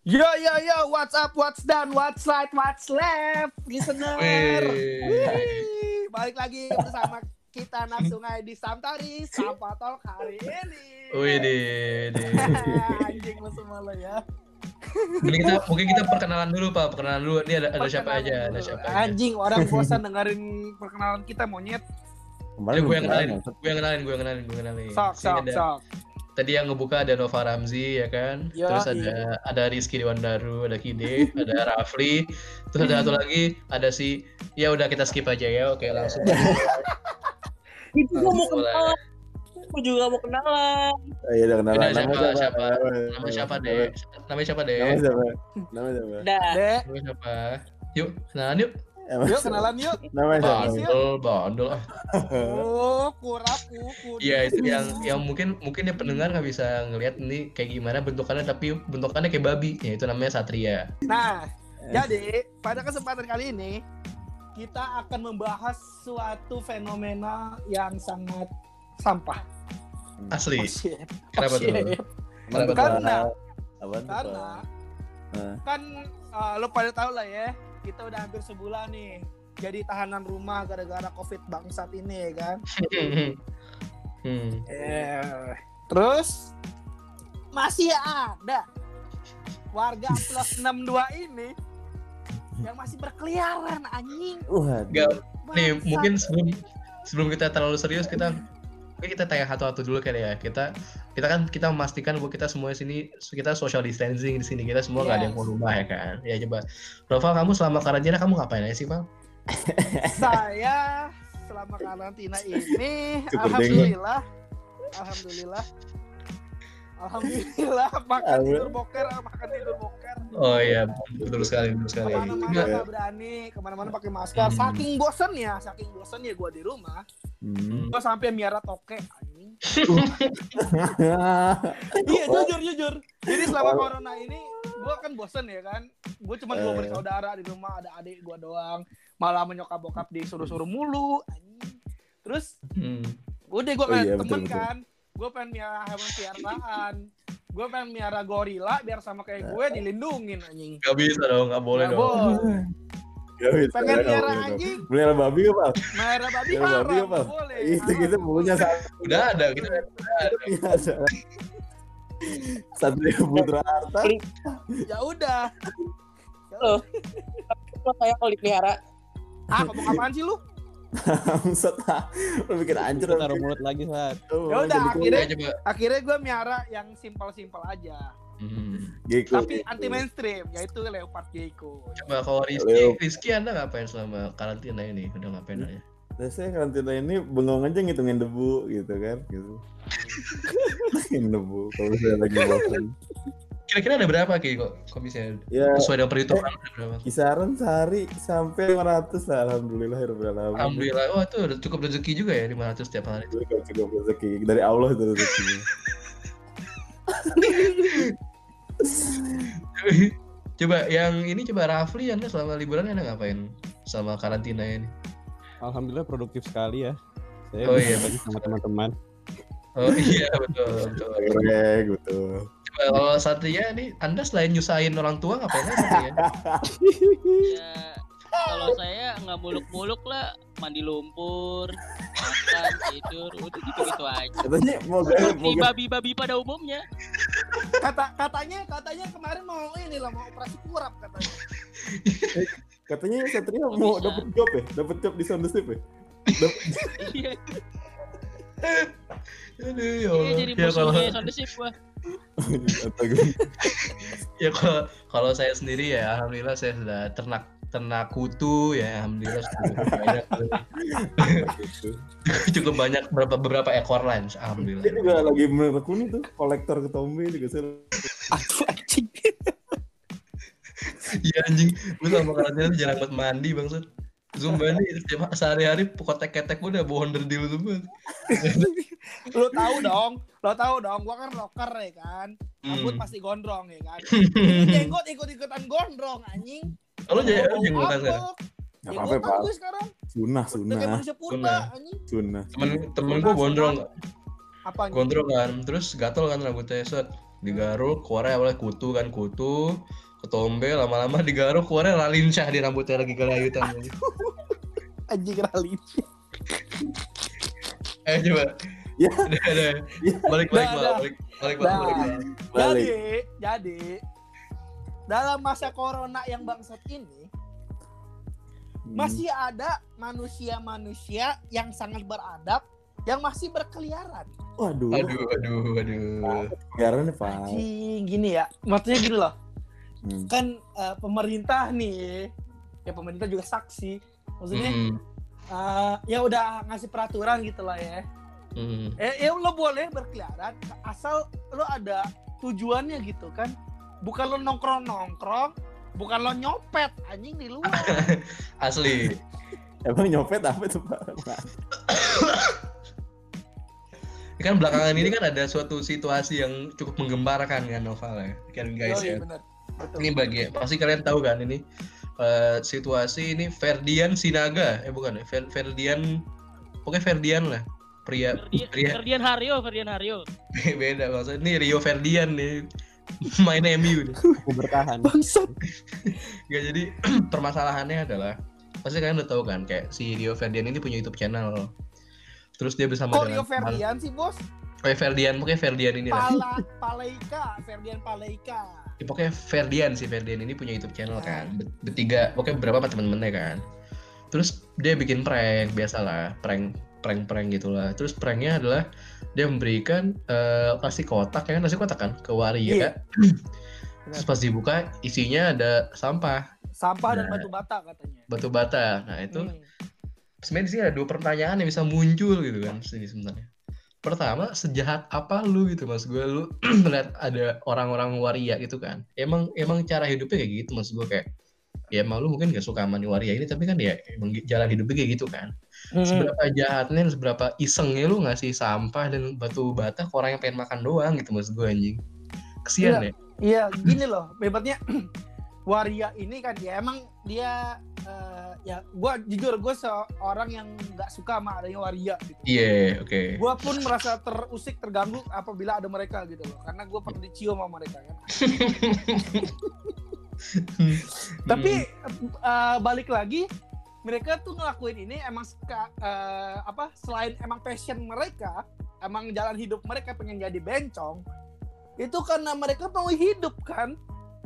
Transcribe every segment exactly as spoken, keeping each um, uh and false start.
Yo yo yo, what's up, what's down, what's right, what's left, listener. Wih, balik lagi bersama kita anak sungai di Samtari Sampah Talk hari ini. Wih deh, deh. Anjing lu semua lo ya. Mungkin kita mungkin kita perkenalan dulu Pak, perkenalan dulu. Ini ada ada siapa aja, ada siapa aja. Anjing, orang bosan dengerin perkenalan kita monyet. Kemarin gue yang kenalin, gue yang kenalin, gue yang kenalin, gue yang kenalin. Sok sok ada, sok. Tadi yang ngebuka ada Nova Ramzi ya kan, Yo, terus iya. ada ada Rizky Dewandaru, ada Kide, ada Rafli, terus ada satu lagi ada si, ya udah kita skip aja ya, oke langsung. Itu gue mau kenalan, gue juga mau kenalan. Oh, iya udah kenalan. Udah, Nama siapa, siapa? siapa, nama siapa deh, namanya siapa deh, Nama siapa? Nama siapa? Dah. Dek, nama siapa, yuk kenalan yuk, Nama yuk siapa? kenalan yuk. Nama siapa? bandel, bandel. Oh, kurap kuku. Iya itu yang yang mungkin mungkin yang pendengar nggak bisa ngelihat ini kayak gimana bentukannya, tapi bentukannya kayak babi, ya itu namanya Satria. Nah, jadi pada kesempatan kali ini kita akan membahas suatu fenomena yang sangat sampah. Asli. Oh, shit. Kenapa Oh, tuh? shit. Kenapa tuh? Karena Apaan tuh, karena Pak? Nah. kan uh, lo pada tahu lah ya, kita udah hampir sebulan nih jadi tahanan rumah gara-gara covid bangsat ini ya kan. hmm. Eh, terus masih ada warga plus enam puluh dua ini yang masih berkeliaran anjing. Waduh. Gak, nih Bangsat. mungkin sebelum sebelum kita terlalu serius kita mungkin kita tanya satu-satu dulu kali ya. Kita kita kan kita memastikan bahwa kita semua di sini kita social distancing di sini, kita semua nggak ada yang keluar rumah ya kan. Ya coba, Nova, kamu selama karantina kamu ngapain aja sih, Bang? Saya selama karantina ini Cukur alhamdulillah alhamdulillah alhamdulillah makan Amin. tidur boker makan tidur boker Oh iya, betul sekali, betul sekali. kemana-mana Juga, nggak berani kemana-mana pakai masker. Hmm. Saking bosennya saking bosennya gue di rumah Hmm. gue sampai miara toke anjing. Iya jujur jujur. Jadi selama corona ini gue kan bosen ya kan. Gue cuma dua Eh. bersaudara di rumah, ada adik gue doang. Malah menyokap bokap disuruh-suruh mulu. Anjing. Terus hmm. udah gue Oh kayak iya, temen betul, betul. kan. Gue pengen miara hewan peliharaan. Gue pengen miara gorila biar sama kayak gue dilindungin anjing. Gak bisa dong, gak boleh Nggak dong. boleh. Gak bisa. Pengen nggak miara boleh, anjing. dong. Melihara babi nggak, Pak? Miara babi Miara haram. babi apa? nggak boleh. Itu Haram. kita punya satu. Udah ada, kita udah ada. Biasa. Satria Putra Harta. Ya udah. Ya Loh. Lo kayak kalau dipelihara. Ah, ngomong apaan sih lu? Bangsat. Lu bikin hancur. Taruh mulut lagi, Sat. Oh, Ya udah, jadi akhirnya- Ya coba. Akhirnya gue miara yang simpel-simpel aja. Hmm. Gecko. Tapi anti mainstream, yaitu leopard gecko. Coba kalau Rizky, Rizky Anda ngapain selama karantina ini? Udah ngapain aja? Nah, saya karantina ini bengong aja ngitungin debu gitu kan, gitu. Ngitungin debu kalau saya lagi bosan. Kira-kira ada berapa Ki kok? Kok bisa Ya, sesuai dengan perhitungan ada berapa? kisaran sehari sampai lima ratus lah, alhamdulillah ya rabbil alamin. Alhamdulillah, oh itu udah cukup rezeki juga ya lima ratus setiap hari. Itu kan cukup rezeki dari Allah itu rezekinya. Coba yang ini coba Rafli, Anda selama liburan Anda ngapain? Selama karantina ini? Alhamdulillah produktif sekali ya. Saya Oh iya. berbagi sama teman-teman. Oh iya betul betul. Korek, betul. Coba kalau Satria nih, Anda selain nyusahin orang tua ngapain aja Satria? Ya kalau saya nggak muluk-muluk lah, mandi lumpur, makan, tidur, udah gitu-gitu aja. Katanya mau gaya, mau Seperti gaya. babi-babi pada umumnya. Kata katanya katanya kemarin mau ini lah mau operasi kurap katanya. Katanya Satria Kok mau bisa? dapet job ya, dapet job di Soundstep ya. Dapet- Iya, Aduh ya iya, Allah. jadi Ya kalau musuhnya Soundship gua. Atau gue- ya kalau kalau saya sendiri ya alhamdulillah saya sudah ternak ternak kutu ya alhamdulillah sudah cukup banyak gitu. cukup banyak beberapa beberapa ekor lunch Dia alhamdulillah. juga lagi menekuni tuh kolektor ketombe juga saya. Aduh anjing. Iya anjing, gue sama karantina tuh jarang buat mandi bangsat. Zumba nih setiap sehari-hari kotek-ketek gue udah bawa onderdil semua. Lo tahu dong, lo tahu dong, gua kan rocker ya kan. Rambut Hmm. pasti gondrong ya kan. Ini jenggot ikut-ikutan gondrong anjing. Lo jadi Bau jenggotan sekarang? apok. Nggak apa-apa, Jenggotan Pak. gue sekarang. Sunah, Udah kayak sunah, manusia purba Sunah. anjing. sunah. Temen temen gue gondrong, Apa anjing? gondrong kan, terus gatel kan rambutnya set. digaruk keluarnya awalnya kutu kan kutu ketombe lama-lama digaruk keluarnya lalincah di rambutnya lagi kelayutan. Anjing ralin. Eh coba. Ya. Udah, udah. Balik balik Dah, balik dah. balik balik Dah. balik. Balik. Jadi, jadi dalam masa corona yang bangsat ini Hmm. masih ada manusia-manusia yang sangat beradab yang masih berkeliaran. Waduh. Aduh aduh aduh. Sekarang nih Pak. Anjing gini ya. Maksudnya gini loh. Hmm. Kan eh, pemerintah nih, ya pemerintah juga saksi. Maksudnya Hmm. eh, ya udah ngasih peraturan gitu lah ya. Hmm. Eh, ya lo boleh berkeliaran asal lo ada tujuannya gitu kan. Bukan lo nongkrong-nongkrong, bukan lo nyopet anjing di luar. Asli. Emang nyopet apa tuh Pak? Kan belakangan ini kan ada suatu situasi yang cukup menggemparkan kan Noval ya. Kan guys Yoi, ya. bener. Betul. Ini bagi pasti kalian tahu kan ini eh, situasi ini Ferdian Sinaga eh bukan ya Fer- Ferdian pokoknya Ferdian lah pria Ferdian, pria Ferdian Haryo, Ferdian Haryo. beda maksudnya ini Rio Ferdian nih main M U nih. Bertahan. Bangsat. Gak jadi permasalahannya adalah pasti kalian udah tahu kan kayak si Rio Ferdian ini punya YouTube channel terus dia bersama Kok dengan Rio Ferdian sih bos? oh, ya, Ferdian pokoknya Ferdian ini lah Pala, Paleika, Ferdian Paleika. ya, pokoknya Ferdian si Ferdian ini punya YouTube channel kan Ber- bertiga pokoknya berapa sama temen-temennya kan terus dia bikin prank biasalah prank prank prank gitulah terus pranknya adalah dia memberikan uh, plastik kotak ya kan plastik kotak kan ke waria Iya. terus pas dibuka isinya ada sampah Sampah dan Nah. batu bata katanya. batu bata nah itu Hmm. sebenarnya di sini ada dua pertanyaan yang bisa muncul gitu kan sini sebenarnya pertama sejahat apa lu gitu mas gue lu melihat ada orang-orang waria gitu kan emang emang cara hidupnya kayak gitu mas gue kayak ya emang lu mungkin gak suka sama nih waria ini tapi kan ya emang jalan hidupnya kayak gitu kan Hmm. seberapa jahatnya seberapa isengnya lu ngasih sampah dan batu bata ke orang yang pengen makan doang gitu mas gue anjing kesian ya Iya, gini loh, hebatnya waria ini kan ya emang dia eh, ya gue jujur gue seorang yang nggak suka sama adanya waria gitu. iya oke Gue pun merasa terusik terganggu apabila ada mereka gitu loh, karena gue pernah dicium sama mereka kan. Tapi eh, balik lagi mereka tuh ngelakuin ini emang ska- eh, apa selain emang passion mereka, emang jalan hidup mereka pengen jadi bencong, itu karena mereka mau hidup kan.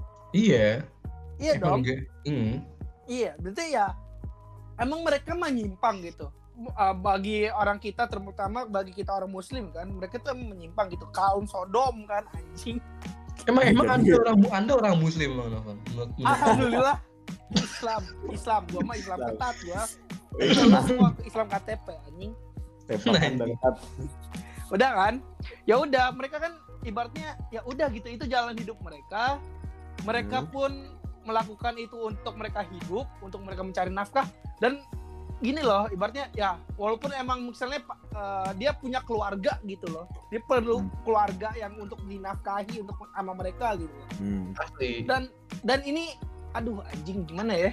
iya Iya emang dong. enggak. Hmm. Iya, berarti ya emang mereka menyimpang gitu. Uh, bagi orang kita, terutama bagi kita orang Muslim kan, mereka tuh emang menyimpang gitu. Kaum Sodom kan, anjing. emang emang anda orang anda orang muslim bang Novan Menurut- menurut- Alhamdulillah Islam, Islam. Gua mah Islam ketat gua. Islam semua Islam K T P anjing. Tepakan dan kat. Udah kan? Ya udah, mereka kan ibaratnya ya udah gitu, itu jalan hidup mereka. Mereka Hmm. pun melakukan itu untuk mereka hidup, untuk mereka mencari nafkah. Dan gini loh, ibaratnya ya walaupun emang misalnya uh, dia punya keluarga gitu loh, dia perlu Hmm. keluarga yang untuk dinafkahi untuk sama mereka gitu loh. Hmm. Asli. Dan dan ini aduh anjing gimana ya?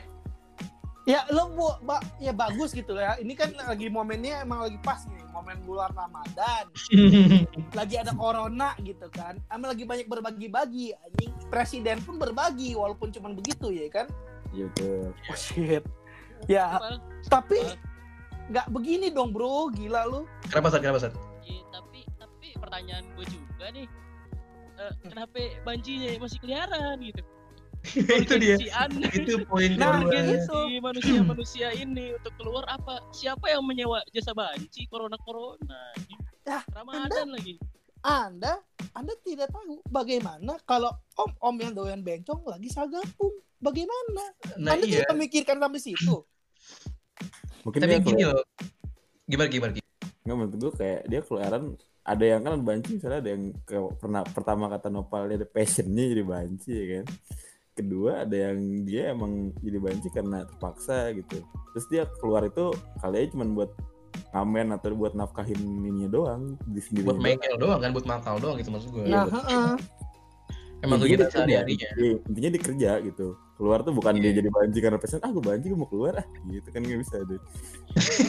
Ya lo bu, ba, ya bagus gitu loh ya. Ini kan lagi momennya emang lagi pas nih, momen bulan Ramadan. Lagi ada corona gitu kan. Emang lagi banyak berbagi-bagi anjing. Presiden pun berbagi walaupun cuman begitu ya kan. Iya tuh. Oh shit. Ya, Mal, tapi nggak begini dong bro, gila lu. Kenapa Sat? Kenapa Sat? iya, tapi tapi pertanyaan gue juga nih, eh, kenapa bancinya masih keliaran gitu? Itu dia. Si Anda, Itu poin Nah, kedua. gitu. si manusia-manusia ini untuk keluar apa? Siapa yang menyewa jasa banci corona-corona? Ya, Ramadan lagi. Anda, Anda tidak tahu bagaimana kalau om-om yang doyan bencong lagi sagapung. Bagaimana? Nah Anda iya. tidak memikirkan sampai situ. Mungkin Tapi dia gini keluar- loh. Gimana gimana? gimana? nggak menurut gue kayak dia keluaran ada yang kan banci misalnya ada yang ke, pernah pertama kata Nopal dia ada passionnya jadi banci ya kan. Kedua ada yang dia emang jadi banci karena terpaksa gitu. Terus dia keluar itu kali aja cuma buat ngamen atau buat nafkahin ininya doang di sendiri. Buat mengkel doang kan, buat makal doang gitu maksud gue. Nah, heeh. Emang kegiatan sehari-harinya. Intinya dia kerja gitu. Keluar tuh bukan dia jadi banci karena passion, ah gue banci gue mau keluar ah gitu kan nggak bisa deh.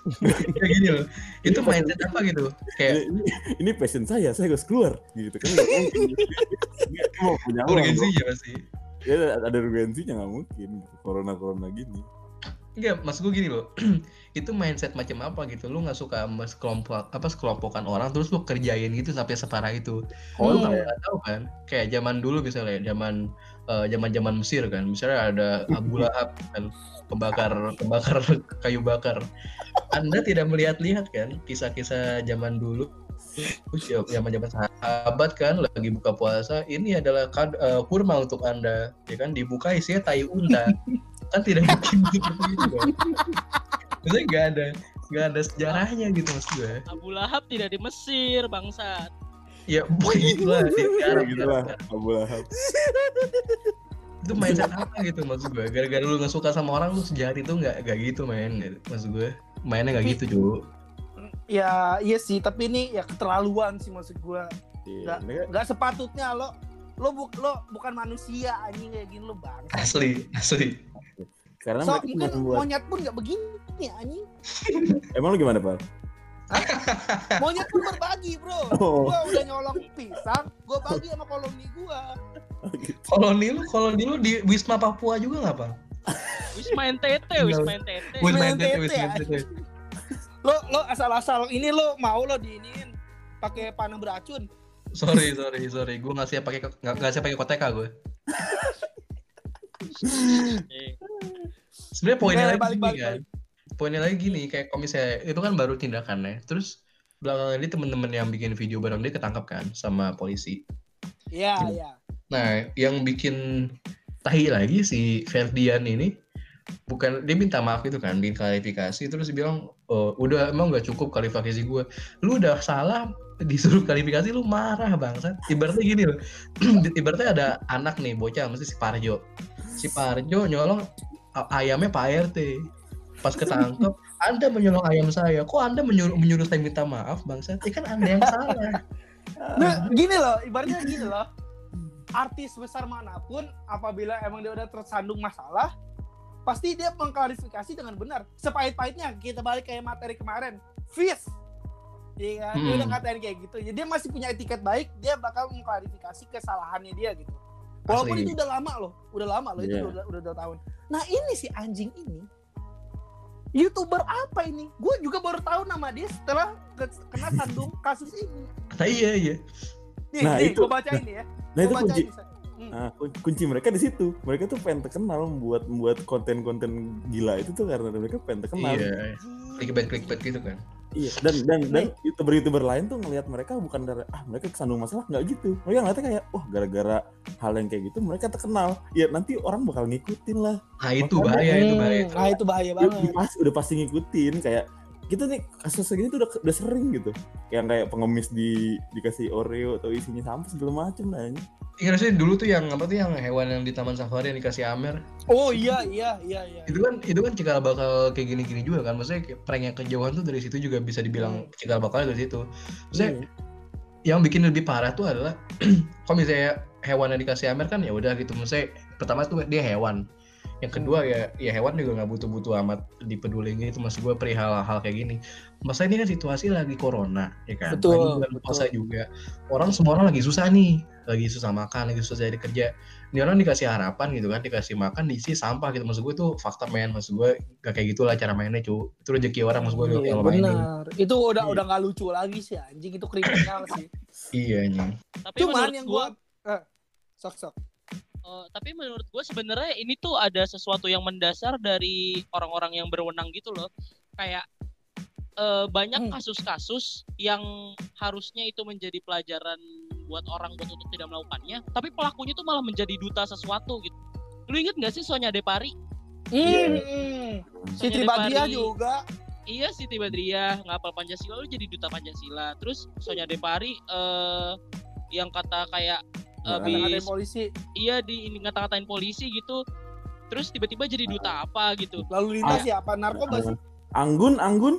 Kayak gini loh. Itu mindset apa gitu? Kayak ini, ini passion saya, saya harus keluar gitu kan. Nggak mungkin. Nggak, mau punya uang, urgensinya pasti. bro. Ya ada urgensinya nggak mungkin. Corona-corona gini. Enggak, maksud gue gini loh. Itu mindset macam apa gitu? Lu nggak suka sama sekelompok apa sekelompokan orang terus lu kerjain gitu sampai separah itu. Oh, lu Hmm. nggak tahu kan? Kayak zaman dulu misalnya, zaman eh, zaman-zaman Mesir kan. Misalnya ada Abu Lahab kan, pembakar pembakar kayu bakar. Anda tidak melihat-lihat kan kisah-kisah zaman dulu. Terus ya zaman-zaman sahabat kan lagi buka puasa, ini adalah kad, uh, kurma untuk Anda, ya kan dibuka isinya tai unta. Kan tidak mungkin seperti itu kan. Maksudnya nggak ada nggak ada sejarahnya gitu maksud gue. Abu Lahab tidak di Mesir, bangsat. Ya begitulah di Arab gitu lah, Abu Lahab. Itu mindset apa gitu maksud gue. Gara-gara lu nggak suka sama orang lu sejati itu nggak nggak gitu main maksud gue. Mainnya nggak gitu Ju. Ya iya sih, tapi ini ya keterlaluan sih maksud gua. Iya, Nggak ini kan nggak sepatutnya lo lo bu, lo bukan manusia anjing kayak gini lo bang. Asli asli. karena So, mereka mungkin cuma membuat. monyet pun nggak begini anjing. Emang lu gimana, Pak? Monyet pun berbagi bro. Oh. Gua udah nyolong pisang, gua bagi sama koloni gua. Koloni lu koloni lu di Wisma Papua juga nggak Bang? Wisma N T T, Wisma N T T. Wisma N T T, N T T, Wisma N T T. Lo lo asal-asal ini lo mau lo diiniin pakai panah beracun. Sorry sorry sorry, gue ngasih pakai nggak ngasih pakai koteka gue. Eh, Sebenarnya poinnya Nah, lagi balik, gini balik, kan. Poinnya lagi gini, kayak kalau misalnya itu kan baru tindakannya. Terus belakangan ini temen-temen yang bikin video bareng dia ketangkap kan sama polisi. Iya iya. Nah, yang bikin tahi lagi si Ferdian ini bukan dia minta maaf itu kan, bikin klarifikasi terus dia bilang oh, udah emang nggak cukup klarifikasi gue. Lu udah salah disuruh klarifikasi lu marah bangsat. Ibaratnya gini loh. Ibaratnya ada anak nih bocah mesti si Parjo. Si Parjo nyolong ayamnya Pak R T. Pas ketangkep, Anda menyolong ayam saya. Kok Anda menyuruh menyuruh saya minta maaf, Bangsa? Ya kan Anda yang salah. Nah, gini loh, ibaratnya gini loh. Artis besar manapun apabila emang dia udah tersandung masalah, pasti dia mengklarifikasi dengan benar. Sepahit-pahitnya kita balik kayak materi kemarin. Fizz. Iya kan? Dia Hmm. udah katain kayak gitu. Jadi dia masih punya etiket baik, dia bakal mengklarifikasi kesalahannya dia gitu. Walaupun Asli. itu udah lama loh, udah lama loh, itu Iya. udah udah dua tahun. Nah ini si anjing ini, YouTuber apa ini? Gue juga baru tahu nama dia setelah ke- kena sandung kasus ini. Nah, iya iya. Nih, Nah, nih itu- gue bacain nih ya. Nah, itu Gua bacain kunci. nih, Sa- Hmm. Nah, kun- kunci mereka di situ. Mereka tuh pengen terkenal membuat membuat konten-konten gila itu tuh karena mereka pengen terkenal. Iya. Clickbait clickbait gitu kan. Iya, dan dan dan youtuber-youtuber lain tuh ngelihat mereka bukan dari ah mereka kesandung masalah, nggak gitu. Mereka ngeliatnya kayak wah gara-gara hal yang kayak gitu mereka terkenal. Ya nanti orang bakal ngikutin lah. Nah, itu Makanya- bahaya itu Hmm, bahaya. Nah itu bahaya Udah, banget. udah pasti udah pasti ngikutin kayak kita nih kasus segini tuh udah udah sering gitu. Yang kayak pengemis di dikasih Oreo atau isinya sampah segala macem lah. ini. Ingat sih dulu tuh yang apa tuh yang hewan yang di Taman Safari yang dikasih Amer. Oh iya iya iya iya. Itu kan itu kan cikal bakal kayak gini-gini juga kan. Maksudnya kayak prank yang kejauhan tuh dari situ juga bisa dibilang cikal bakalnya dari situ. Maksudnya Iya. yang bikin lebih parah tuh adalah kalau misalnya hewan yang dikasih Amer kan ya udah gitu. Maksudnya pertama tuh dia hewan. Yang kedua ya ya hewan juga nggak butuh-butuh amat dipedulin gitu. Maksud gue perihal hal kayak gini. Masa ini kan situasi lagi corona ya kan. Betul, Lagi bulan puasa juga. Orang semua orang lagi susah nih. Lagi susah makan, lagi susah cari kerja. Ini orang dikasih harapan gitu kan, dikasih makan diisi sampah gitu. Maksud gue tuh fakta men. Maksud gue gak kayak gitulah cara mainnya cu. Itu rezeki orang maksud gue Iya, yang lo mainin. benar. Itu udah Iya. udah nggak lucu lagi sih anjing, itu kriminal sih. Iya nih. Tapi Cuman menurut yang gua, gua eh, sok sok. eh, tapi menurut gua sebenarnya ini tuh ada sesuatu yang mendasar dari orang-orang yang berwenang gitu loh. Kayak eh, banyak Hmm. kasus-kasus yang harusnya itu menjadi pelajaran buat orang buat untuk tidak melakukannya, tapi pelakunya tuh malah menjadi duta sesuatu gitu. Lu inget gak sih Sonya Depari? Hmm. Siti Sonya Badriah Depari. juga. Iya, Siti Badriah ngapal Pancasila, lu jadi duta Pancasila. Terus Sonya Depari eh yang kata kayak Nah, Ada habis polisi iya di ini ngata-ngatain polisi gitu. Terus tiba-tiba jadi duta apa gitu. lalu lintas ya apa narkoba sih? Anggun, Anggun,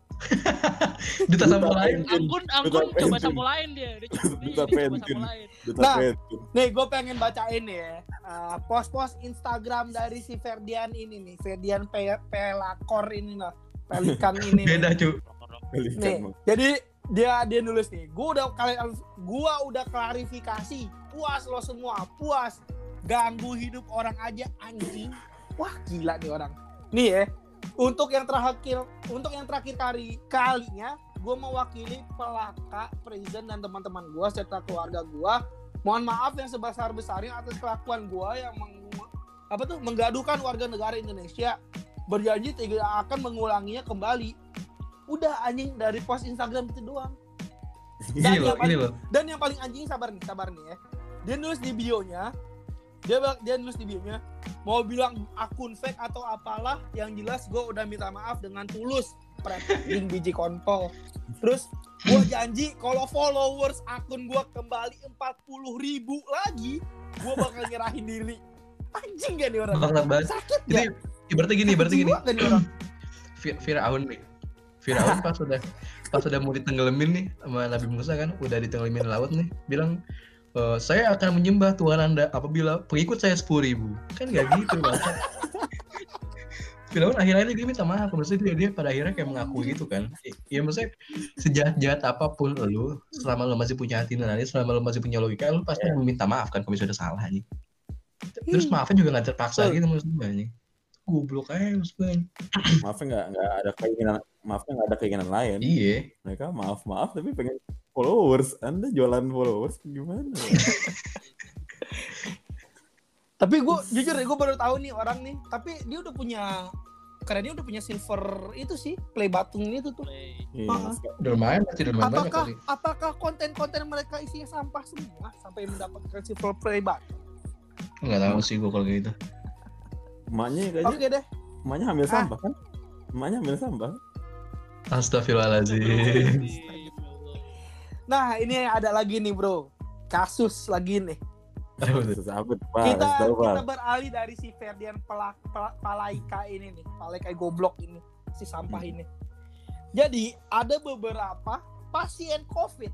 Duta sampo lain. Anggun, Anggun Duta coba pensiun. sampo lain dia. Dia, coba- dia, Duta dia coba pensiun. sampo lain. Duta Nah. pensiun. Nih gue pengen bacain ya uh, post-post Instagram dari si Ferdian ini nih, Ferdian Pe- Pelakor ini lah. Pelikan ini. Beda cu. Nih, jadi dia dia nulis nih, gua udah kalian gua udah klarifikasi, puas lo semua, puas, ganggu hidup orang aja anjing. Wah gila nih orang. Nih ya, untuk yang terakhir untuk yang terakhir kali kalinya, gua mewakili Pelaka, Prison dan teman-teman gua serta keluarga gua, mohon maaf yang sebesar-besarnya atas kelakuan gua yang meng, apa tuh menggaduhkan warga negara Indonesia. Berjanji tidak akan mengulanginya kembali. Udah anjing dari post Instagram itu doang. Dan, Ini yang loh, paling, ini loh. dan yang paling anjing sabar nih, sabar nih ya. Dia nulis di bionya, dia dia nulis di bionya, mau bilang akun fake atau apalah, yang jelas gue udah minta maaf dengan tulus. Anjing biji kontol. Terus gue janji kalau followers akun gue kembali empat puluh ribu lagi, gue bakal nyerahin diri. Anjing gak nih orang? Bakal banget. Sakit Jadi gak? ibaratnya gini, ibaratnya gini. Jiwa gak nih orang? Fir- Firaun nih. Firaun pas udah pas udah mau ditenggelamin nih sama Nabi Musa kan, udah ditenggelamin laut nih, bilang e, saya akan menyembah Tuhan Anda apabila pengikut saya sepuluh ribu. Kan gak gitu banget. Firaun akhirnya dia minta maaf, maksudnya dia, dia pada akhirnya kayak mengakui gitu kan. Iya maksudnya sejahat-jahat apapun lu, selama lu masih punya hati nurani, selama lu masih punya logika, lu pasti meminta maaf kan kalau misalnya udah salah nih. Terus maafnya juga gak terpaksa gitu maksudnya nih. Goblok aja maksudnya. Maafnya nggak nggak ada keinginan, maafnya nggak ada keinginan lain. Iya. Mereka maaf maaf tapi pengen followers. Anda jualan followers gimana? Tapi gue jujur ya, gue baru tahu nih orang nih. Tapi dia udah punya, karena dia udah punya silver itu sih, play button itu tuh. Iya, Ah. Udah lumayan masih udah lumayan banyak Apakah kali. apakah konten-konten mereka isinya sampah semua sampai mendapatkan silver play button? Enggak tahu sih gue kalau kayak gitu. Emaknya kayaknya, Oke deh. emaknya hamil Ah. sampah kan? Emaknya hamil sampah. Astagfirullahaladzim. Nah ini ada lagi nih bro, kasus lagi nih. Kasus apa tuh, Pak? Kita Kasih tahu, Pak. kita beralih dari si Ferdian Pala, Pala- Palaika ini nih, Palaika goblok ini, si sampah Hmm. ini. Jadi ada beberapa pasien COVID,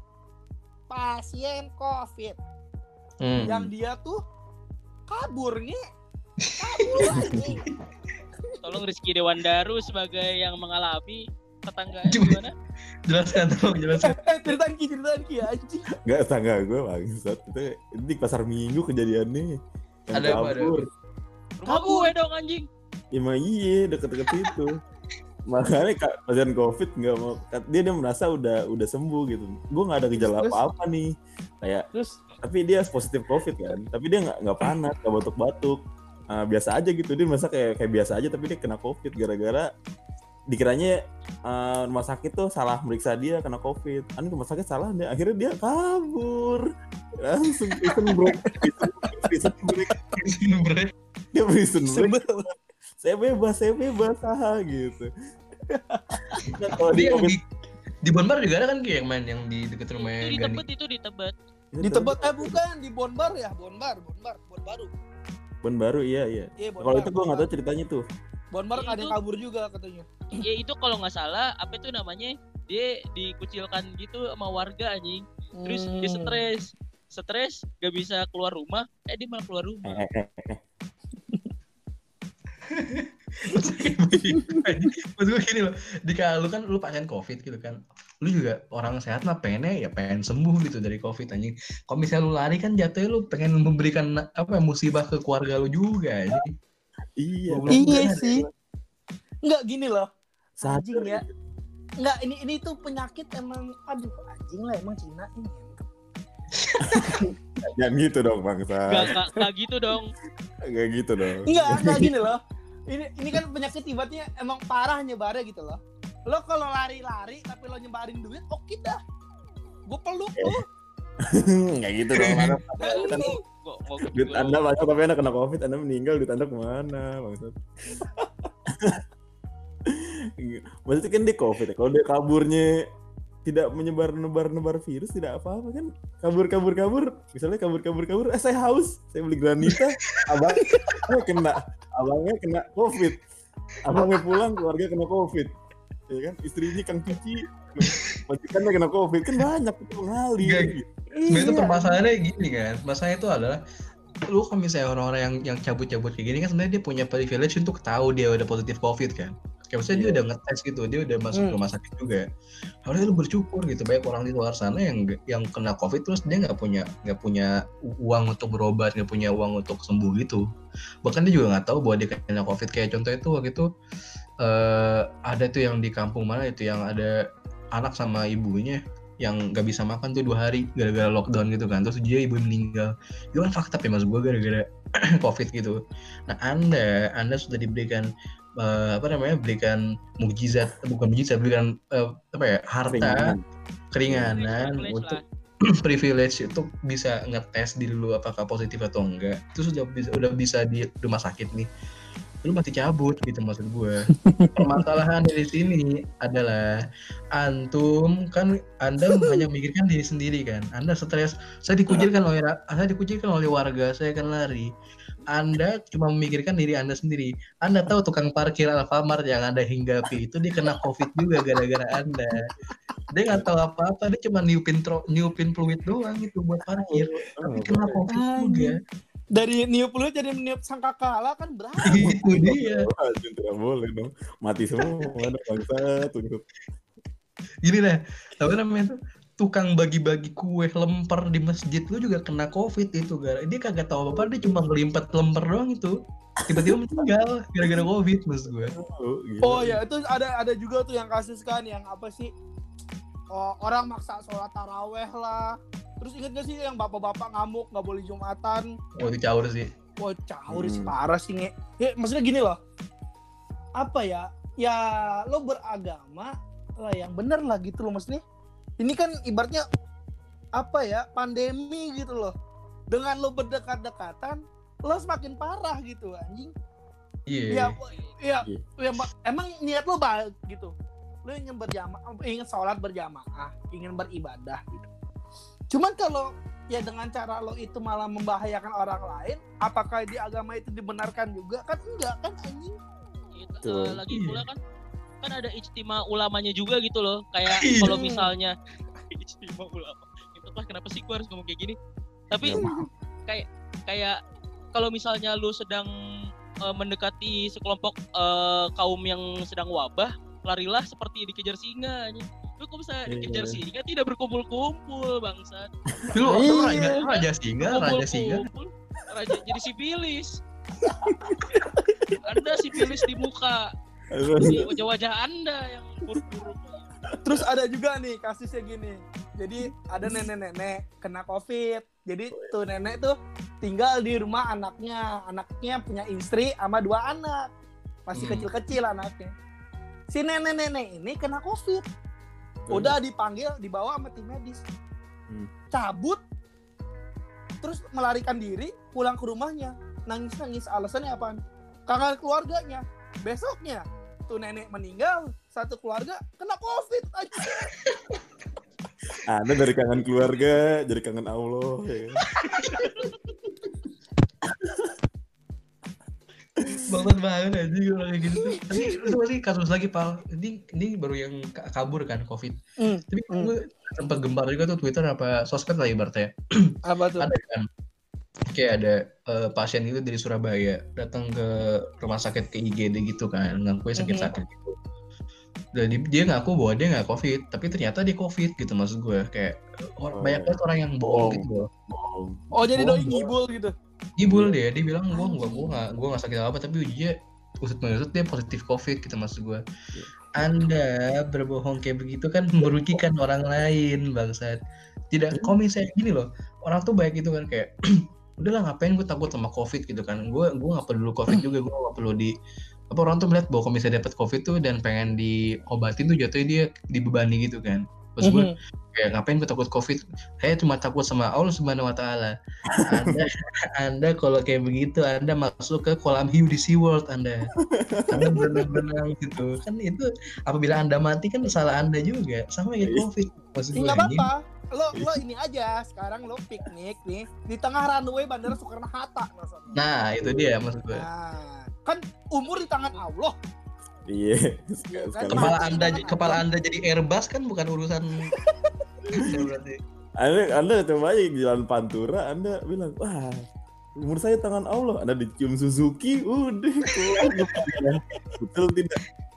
pasien COVID Hmm. yang dia tuh kabur nih, kabur anjing. Tolong Rizky Dewandaru sebagai yang mengalami tetangga Cuma- gimana? Jelaskan tolong jelaskan. Eh ceritain ki, ceritain ki anjing. Enggak, tangga gue bangsat. Itu ini pasar Minggu kejadiannya. Yang Ada apa, ada kabur. Rumah Kabur. gue dong anjing. Emang iya deket-deket situ. Makanya kak pasien COVID nggak mau, dia dia merasa udah udah sembuh gitu. Gue nggak ada gejala Terus? apa-apa nih. Kayak Terus tapi dia positif COVID kan. Tapi dia nggak nggak panas, nggak batuk-batuk. Nah, biasa aja gitu, dia merasa kayak kayak biasa aja tapi dia kena COVID gara-gara dikiranya uh, rumah sakit tuh salah meriksa dia kena COVID. Kan rumah sakit salah deh. Akhirnya dia kabur. Langsung prison break. Prison break. Break. Dia prison break. sebel. Saya bebas, saya bebas, ah gitu. Nah, kalau Dia di yang COVID di di Bonbar juga ada kan kayak yang main yang di dekat Itu rumahnya di Gani. Tebet, itu di Tebet. Di Tebet eh bukan di Bonbar ya, Bonbar, Bonbar, Bon baru. Bon baru, iya iya. Iya, Bonbar. Kalau itu gue nggak tahu ceritanya tuh. Bonbar Ya, ada yang itu- kabur juga katanya. Ya itu kalau nggak salah apa itu namanya, dia dikucilkan gitu sama warga anjing. Terus Hmm. dia stres, stres gak bisa keluar rumah, eh dia malah keluar rumah. Eh, eh, eh. Maksud gue gini loh, di kalau lu kan lu pasien COVID gitu kan, lu juga orang sehat mah pengennya ya pengen sembuh gitu dari COVID anjing. Kalau misalnya lu lari kan jatuhnya lu pengen memberikan apa ya, musibah ke keluarga lu juga anjing. Iya. Goblok. Iya Bener. sih. Enggak gini loh. Sadar Anjing ya. Enggak, ini ini tuh penyakit emang aduh anjing lah emang Cina ini. Jangan gitu dong bangsa. Gak, gak, gak gitu dong. Gak gitu dong. Enggak, enggak gini loh. Ini ini kan penyakit tiba-tiba emang parah nyebarnya gitu loh. Lo kalau lari-lari tapi lo nyebarin duit, oke dah. Gue peluk lo. Gak gitu dong. Mana Ini. Gua, gua, duit gua- Anda masuk tapi Anda kena COVID, Anda meninggal, duit Anda kemana bangsa? Maksudnya kan dia COVID ya. Kalau dia kaburnya tidak menyebar nebar nebar virus tidak apa-apa kan, kabur kabur kabur misalnya kabur kabur kabur eh saya haus saya beli granita, abangnya kena abangnya kena COVID, abangnya pulang keluarga kena COVID ya kan, istrinya kang cuci majikannya kena COVID kan, banyak itu mengalir Gak, gitu. sebenarnya itu Iya. permasalahannya gini kan, masalahnya itu adalah lu kalau misalnya orang-orang yang yang cabut-cabut kayak gini kan sebenarnya dia punya privilege untuk tahu dia udah positif COVID kan. Kayak maksudnya dia udah ngetes gitu, dia udah masuk Hmm. rumah sakit juga. Harusnya lu bersyukur gitu, banyak orang di luar sana yang yang kena covid terus dia nggak punya nggak punya uang untuk berobat, nggak punya uang untuk sembuh gitu. Bahkan dia juga nggak tahu bahwa dia kena covid. Kayak contoh itu waktu itu eh, ada tuh yang di kampung mana itu yang ada anak sama ibunya yang nggak bisa makan tuh dua hari gara-gara lockdown gitu kan, terus dia ibu meninggal. Itu kan fakta ya mas gue gara-gara covid gitu. Nah anda anda sudah diberikan uh, apa namanya berikan mukjizat, bukan mukjizat, berikan uh, apa ya harta Keringanan. keringanan Privilege untuk lah. privilege itu bisa ngetes diri lu apakah positif atau enggak. Itu sudah bisa udah bisa di rumah sakit nih, lu masih cabut gitu maksud gue. Permasalahan di sini adalah antum kan anda hanya memikirkan diri sendiri kan. Anda stres, saya dikucilkan oleh saya dikucilkan oleh warga, saya akan lari. Anda cuma memikirkan diri Anda sendiri. Anda tahu tukang parkir Alfamart yang Anda hinggapi itu dia kena covid juga gara-gara Anda. Dia nggak tahu apa-apa, dia cuma niupin tro, niupin fluid doang gitu buat parkir, tapi kena covid juga. Dari niup lu jadi niup sangkakala kan berapa? Itu dia. Anjing, tidak boleh dong. Mati semua ada bangsa tuh. Gini lah, apa namanya tuh? Tukang bagi-bagi kue lemper di masjid lu juga kena covid itu gara. Dia kagak tahu apa-apa, dia cuma ngelimpet lemper doang itu. Tiba-tiba meninggal gara-gara covid maksud gue. Oh, gila. Oh ya, itu ada ada juga tuh yang kasus kan yang apa sih? Oh, orang maksa sholat taraweh lah. Terus inget gak sih yang bapak-bapak ngamuk nggak boleh jumatan? Oh itu caur sih. Wah caur sih Hmm. parah sih nge. Ya maksudnya gini loh. Apa ya? Ya lo beragama lah yang bener lah gitu loh maksudnya. Ini kan ibaratnya apa ya? Pandemi gitu loh. Dengan lo berdekat-dekatan, lo semakin parah gitu anjing. Iya. Ya, ya, Iya. ya, ma- emang niat lo baik gitu. Lo ingin berjamaah, ingin sholat berjamaah, ingin beribadah gitu. Cuman kalau ya dengan cara lo itu malah membahayakan orang lain, apakah di agama itu dibenarkan juga? Kan enggak kan anjing. Gitu, Betul. eh, lagi Iya. pula kan kan ada ijtima ulamanya juga gitu loh, kayak Iya. kalau misalnya ijtima ulama itu lah kenapa sih gue harus ngomong kayak gini, tapi Ya, maaf. kayak kayak kalau misalnya lu sedang eh, mendekati sekelompok eh, kaum yang sedang wabah, larilah seperti dikejar singa anjing. Lu kok bisa dikejar Iya. singa tidak berkumpul-kumpul bangsat. Lu Iya. raja, raja singa, raja singa. Kumpul-kumpul, raja jadi sipilis. Anda sipilis di muka, di wajah-wajah Anda yang buruk-buruk. Terus ada juga nih kasusnya gini. Jadi ada nenek-nenek kena covid. Jadi tuh nenek tuh tinggal di rumah anaknya. Anaknya punya istri sama dua anak. Masih Hmm. kecil-kecil anaknya. Si nenek-nenek ini kena covid. Udah dipanggil, dibawa sama tim medis. Hmm. Cabut. Terus melarikan diri pulang ke rumahnya. Nangis-nangis, alasannya apaan? Kangen keluarganya. Besoknya tuh nenek meninggal, satu keluarga kena covid aja. Anda dari kangen keluarga jadi kangen Allah ya. Banget banget aja kalau kayak gitu tuh. Tapi itu masih kasus lagi pal. Ini ini baru yang ka- kabur kan covid. Hmm. Tapi Hmm. gue sempat gembar juga tuh Twitter apa sosmed lah ibaratnya. Apa tuh? Ada kan kayak ada eh, pasien itu dari Surabaya datang ke rumah sakit ke I G D gitu kan, ngaku sakit-sakit gitu. Dan di- dia ngaku bahwa dia nggak covid, tapi ternyata dia covid gitu maksud gue. Kayak or- Oh. banyak banget orang yang bohong Bohong. gitu loh. Bohong. Oh jadi Oh, doi gua- ngibul gitu. Gibul dia, dia bilang gua gua gua nggak gua nggak sakit apa tapi dia usut menusut dia positif covid gitu maksud gua. Anda berbohong kayak begitu kan merugikan orang lain bangsat. Tidak kalau misalnya gini loh, orang tuh baik gitu kan kayak udahlah ngapain gue takut sama covid gitu kan. Gue gue nggak perlu covid juga, gue nggak perlu di apa orang tuh melihat bahwa kalau misalnya dapat covid tuh dan pengen diobatin tuh jatuhnya dia dibebani gitu kan. Terus gue Mhm. kayak ngapain gue takut covid, saya cuma takut sama Allah Subhanahu Wa Taala. Anda Anda kalau kayak begitu Anda masuk ke kolam hiu di SeaWorld Anda. Anda berenang-berenang gitu kan, itu apabila Anda mati kan salah Anda juga sama kayak covid maksud Ya gue nggak anjing. apa-apa. Lo lo ini aja sekarang lo piknik nih di tengah runway Bandara Soekarno Hatta maksudnya. Nah itu dia maksud gue. Nah, kan umur di tangan Allah. Iya. Iya kan? Sekarang- Kepala Mati Anda di tangan kepala Allah. Anda jadi Airbus kan bukan urusan Anda berarti. Anda, anda coba aja di jalan Pantura, Anda bilang, wah, umur saya tangan Allah. Anda dicium Suzuki, udah keluar. Betul tidak?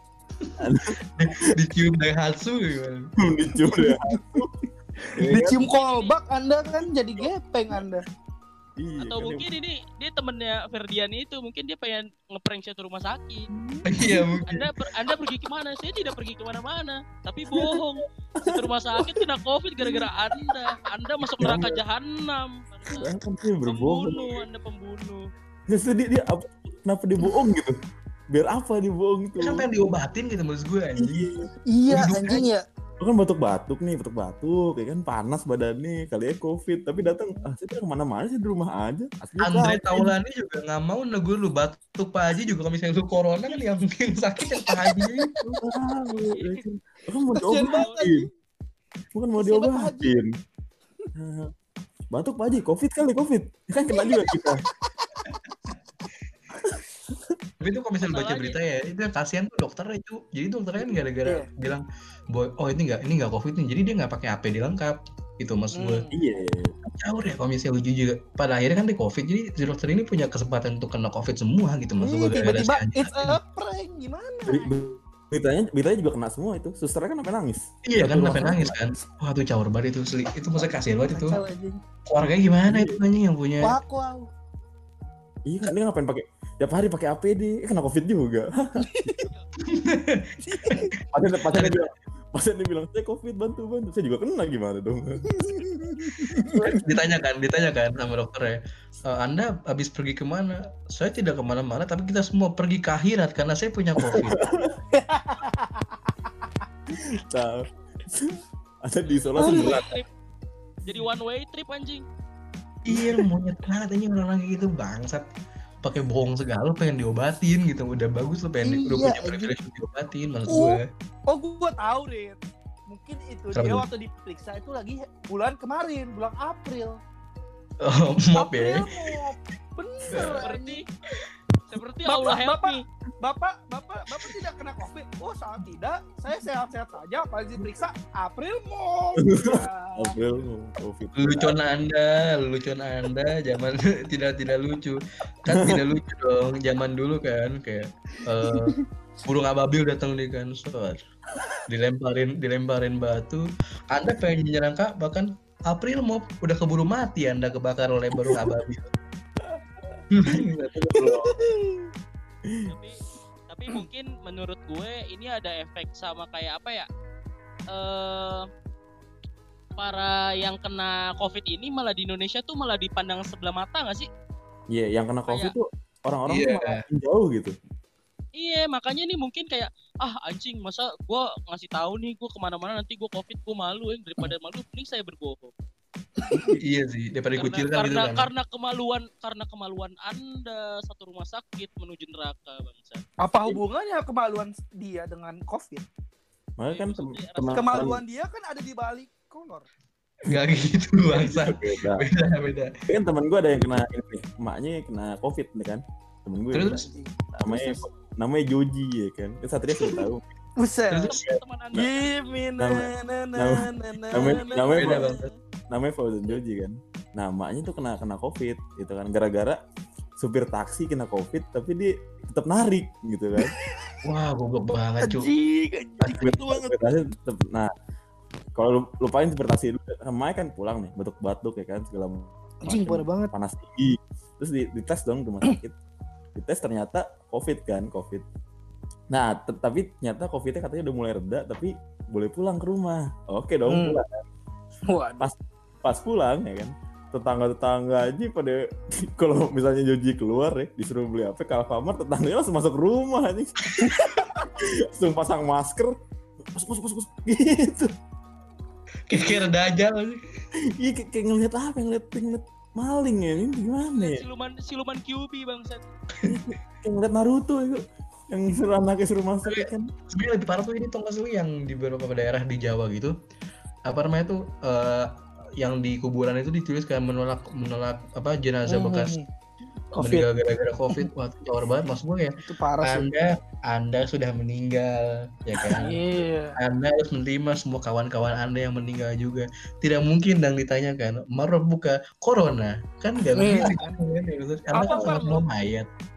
Di, dicium Daihatsu gimana? Dicium ya. Dicium kolbak Anda kan jadi gepeng Anda. Iya, Atau kan mungkin ini dia temennya Ferdian itu, mungkin dia pengen ngeprank saya ke rumah sakit. Iya mungkin. Anda per, Anda pergi kemana? Saya tidak pergi kemana-mana, tapi bohong. Saya ke rumah sakit kena covid gara-gara Anda. Anda masuk neraka jahanam. Kan kan dia berbohong. Pembunuh, Anda pembunuh. Terus dia, dia apa, kenapa dia bohong gitu? Biar apa dia bohong itu? Kan pengen diobatin gitu maksud gue anjing. Iya Hidup anjing ya. Lu kan batuk-batuk nih, batuk-batuk, ya kan panas badannya, kali ya covid, tapi datang, ah saya kemana-mana sih di rumah aja. Asli Andre sakit. Taulani juga nggak mau negur lu batuk Pak Haji juga kalau misalnya lu corona kan yang yang sakit yang Pak Haji itu. Ah, ya kan. Lu mau Kasian banget, diobatin, bukan mau Kasian banget, Pak diobatin. Nah, batuk Pak Haji, covid kali covid, ya kan kena juga kita. Tapi itu kalau misalnya baca Masalahnya- berita ya, itu yang kasihan tuh dokter itu. Jadi dokternya kan gara-gara Iya. bilang, boy, oh ini nggak ini nggak covid nih, jadi dia nggak pakai A P D lengkap. Itu maksud gue. Hmm. Iya, Caur ya kalau misalnya lucu juga. Pada akhirnya kan di covid, jadi si dokter ini punya kesempatan untuk kena covid semua gitu maksud gue. Ih, gara-gara tiba-tiba si Haji. it's a prank gimana? Beri- ber- beritanya, beritanya juga kena semua itu. Susternya kan sampai nangis. Iya kan Satu sampai rumah nangis kan. Wah tuh caur banget itu asli. Itu masa kasihan banget itu. Kacau, anjing. Keluarganya gimana itu anjing yang punya. Wah, wow. Iya kan dia ngapain pakai tiap hari pakai A P D, eh, kena covid juga. Pasien pasien dia bilang, pasien dia bilang saya covid bantu bantu, saya juga kena gimana dong? ditanyakan, ditanyakan sama dokter ya, e, Anda habis pergi kemana? Saya tidak kemana-mana, tapi kita semua pergi ke akhirat karena saya punya covid. Nah, ada di isolasi One way berat. trip. Jadi one way trip anjing. Iya, monyet banget ini orang kayak gitu bangsat. Pakai bohong segala pengen diobatin gitu. Udah bagus lo pengen udah Iya, punya privilege untuk diobatin maksud Oh. gue. Oh, gua tahu, Rit. Mungkin itu Kenapa dia tuh? waktu diperiksa itu lagi bulan kemarin, bulan April. Oh, mop ya. April mop. Bener. Seperti seperti Bapak- Allah help Bapak- me. Bapak, Bapak, Bapak tidak kena Covid. Oh, saat tidak. Saya sehat-sehat saja. Pas diperiksa April mop. Ya. April covid. Lucuan Anda, lucuan Anda zaman tidak tidak lucu. Kan tidak lucu dong zaman dulu kan kayak eh, burung ababil datang nih kan, soal dilemparin dilemparin batu. Anda pengen menyerang Kak, bahkan April mau udah keburu mati Anda kebakar oleh burung ababil. tapi tapi mungkin menurut gue ini ada efek sama kayak apa ya, eh para yang kena covid ini malah di Indonesia tuh malah dipandang sebelah mata nggak sih? Iya, yang kena covid Kayak- tuh orang-orang Iya. tuh malah jauh gitu. Iya, makanya nih mungkin kayak ah anjing, masa gue ngasih tahu nih gue kemana-mana nanti gue covid, gue malu ya, daripada malu mending saya berbohong. Iya sih, daripada Karena, dikucilkan gitu karena, kan. karena kemaluan karena kemaluan Anda satu rumah sakit menuju neraka bangsa. Apa hubungannya kemaluan dia dengan Covid? Makanya kan tem- Maksudnya, teman Kemaluan dia kan ada di balik kolor. Enggak gitu bangsa. beda. Beda beda. Kan teman gue ada yang kena ini nih, emaknya kena covid nih kan. Temen gue Terus ya, terus namanya namanya Joji ya kan. Kan Satria sudah tahu. Buset. terus teman Anda Give me na Nama- na na nama- na na namanya- na namanya na. beda, Namanya Fauzan Joji kan. Nah, emaknya tuh kena kena covid gitu kan. Gara-gara supir taksi kena covid tapi dia tetap narik gitu kan. wah goblok banget cu. Anjing, anjing itu banget. Supir taksi tetap, nah kalau lu lupain supir taksi dulu, emaknya kan pulang nih batuk-batuk ya kan segala Anjing macam, parah banget. panas tinggi. Terus di, dites dong di rumah sakit. Dites ternyata covid kan, covid. Nah, t- tapi ternyata covidnya katanya udah mulai reda tapi boleh pulang ke rumah. Oke dong, Hmm. pulang. Waduh. Pas pulang ya kan, tetangga-tetangga aja pada kalau misalnya Joji keluar ya disuruh beli apa ke Alfamart, tetangganya langsung masuk rumah nih. Langsung pasang masker, masuk masuk masuk, masuk. Gitu. Kayak kira dajal sih. Iya kayak, kayak ngeliat apa, ngeliat, ngeliat maling ya, ini gimana ya? siluman siluman Q B bangsat. Kayak ngeliat Naruto ya, yang suruh anaknya suruh masuk ya kan. Sebenarnya lebih parah tuh ini tau gak sih lu yang di beberapa daerah di Jawa gitu, apa namanya tuh eh, yang di kuburan itu ditulis kayak menolak menolak apa jenazah Hmm, bekas Covid meninggal gara-gara covid. Wah itu jawar banget maksud gue ya. itu parah sih. Anda Anda sudah meninggal ya kan. Iya. Anda harus menerima semua kawan-kawan Anda yang meninggal juga. Tidak mungkin dong ditanyakan marah buka corona kan nggak Iya. begitu kan. Anda Apa, kan Bang? sama mayat.